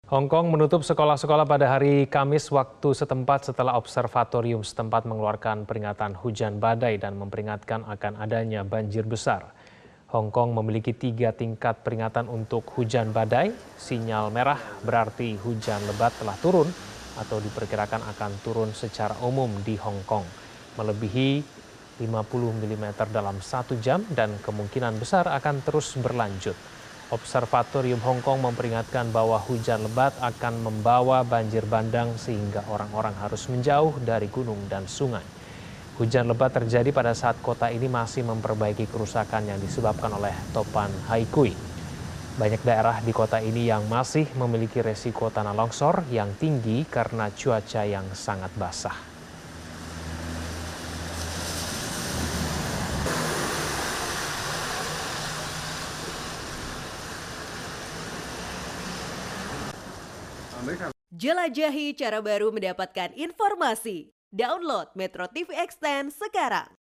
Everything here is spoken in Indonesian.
Hong Kong menutup sekolah-sekolah pada hari Kamis waktu setempat setelah observatorium setempat mengeluarkan peringatan hujan badai dan memperingatkan akan adanya banjir besar. Hong Kong memiliki 3 tingkat peringatan untuk hujan badai. Sinyal merah berarti hujan lebat telah turun atau diperkirakan akan turun secara umum di Hong Kong, melebihi 50 mm dalam 1 jam dan kemungkinan besar akan terus berlanjut. Observatorium Hong Kong memperingatkan bahwa hujan lebat akan membawa banjir bandang sehingga orang-orang harus menjauh dari gunung dan sungai. Hujan lebat terjadi pada saat kota ini masih memperbaiki kerusakan yang disebabkan oleh topan Haikui. Banyak daerah di kota ini yang masih memiliki resiko tanah longsor yang tinggi karena cuaca yang sangat basah. Jelajahi cara baru mendapatkan informasi. Download Metro TV Extend sekarang.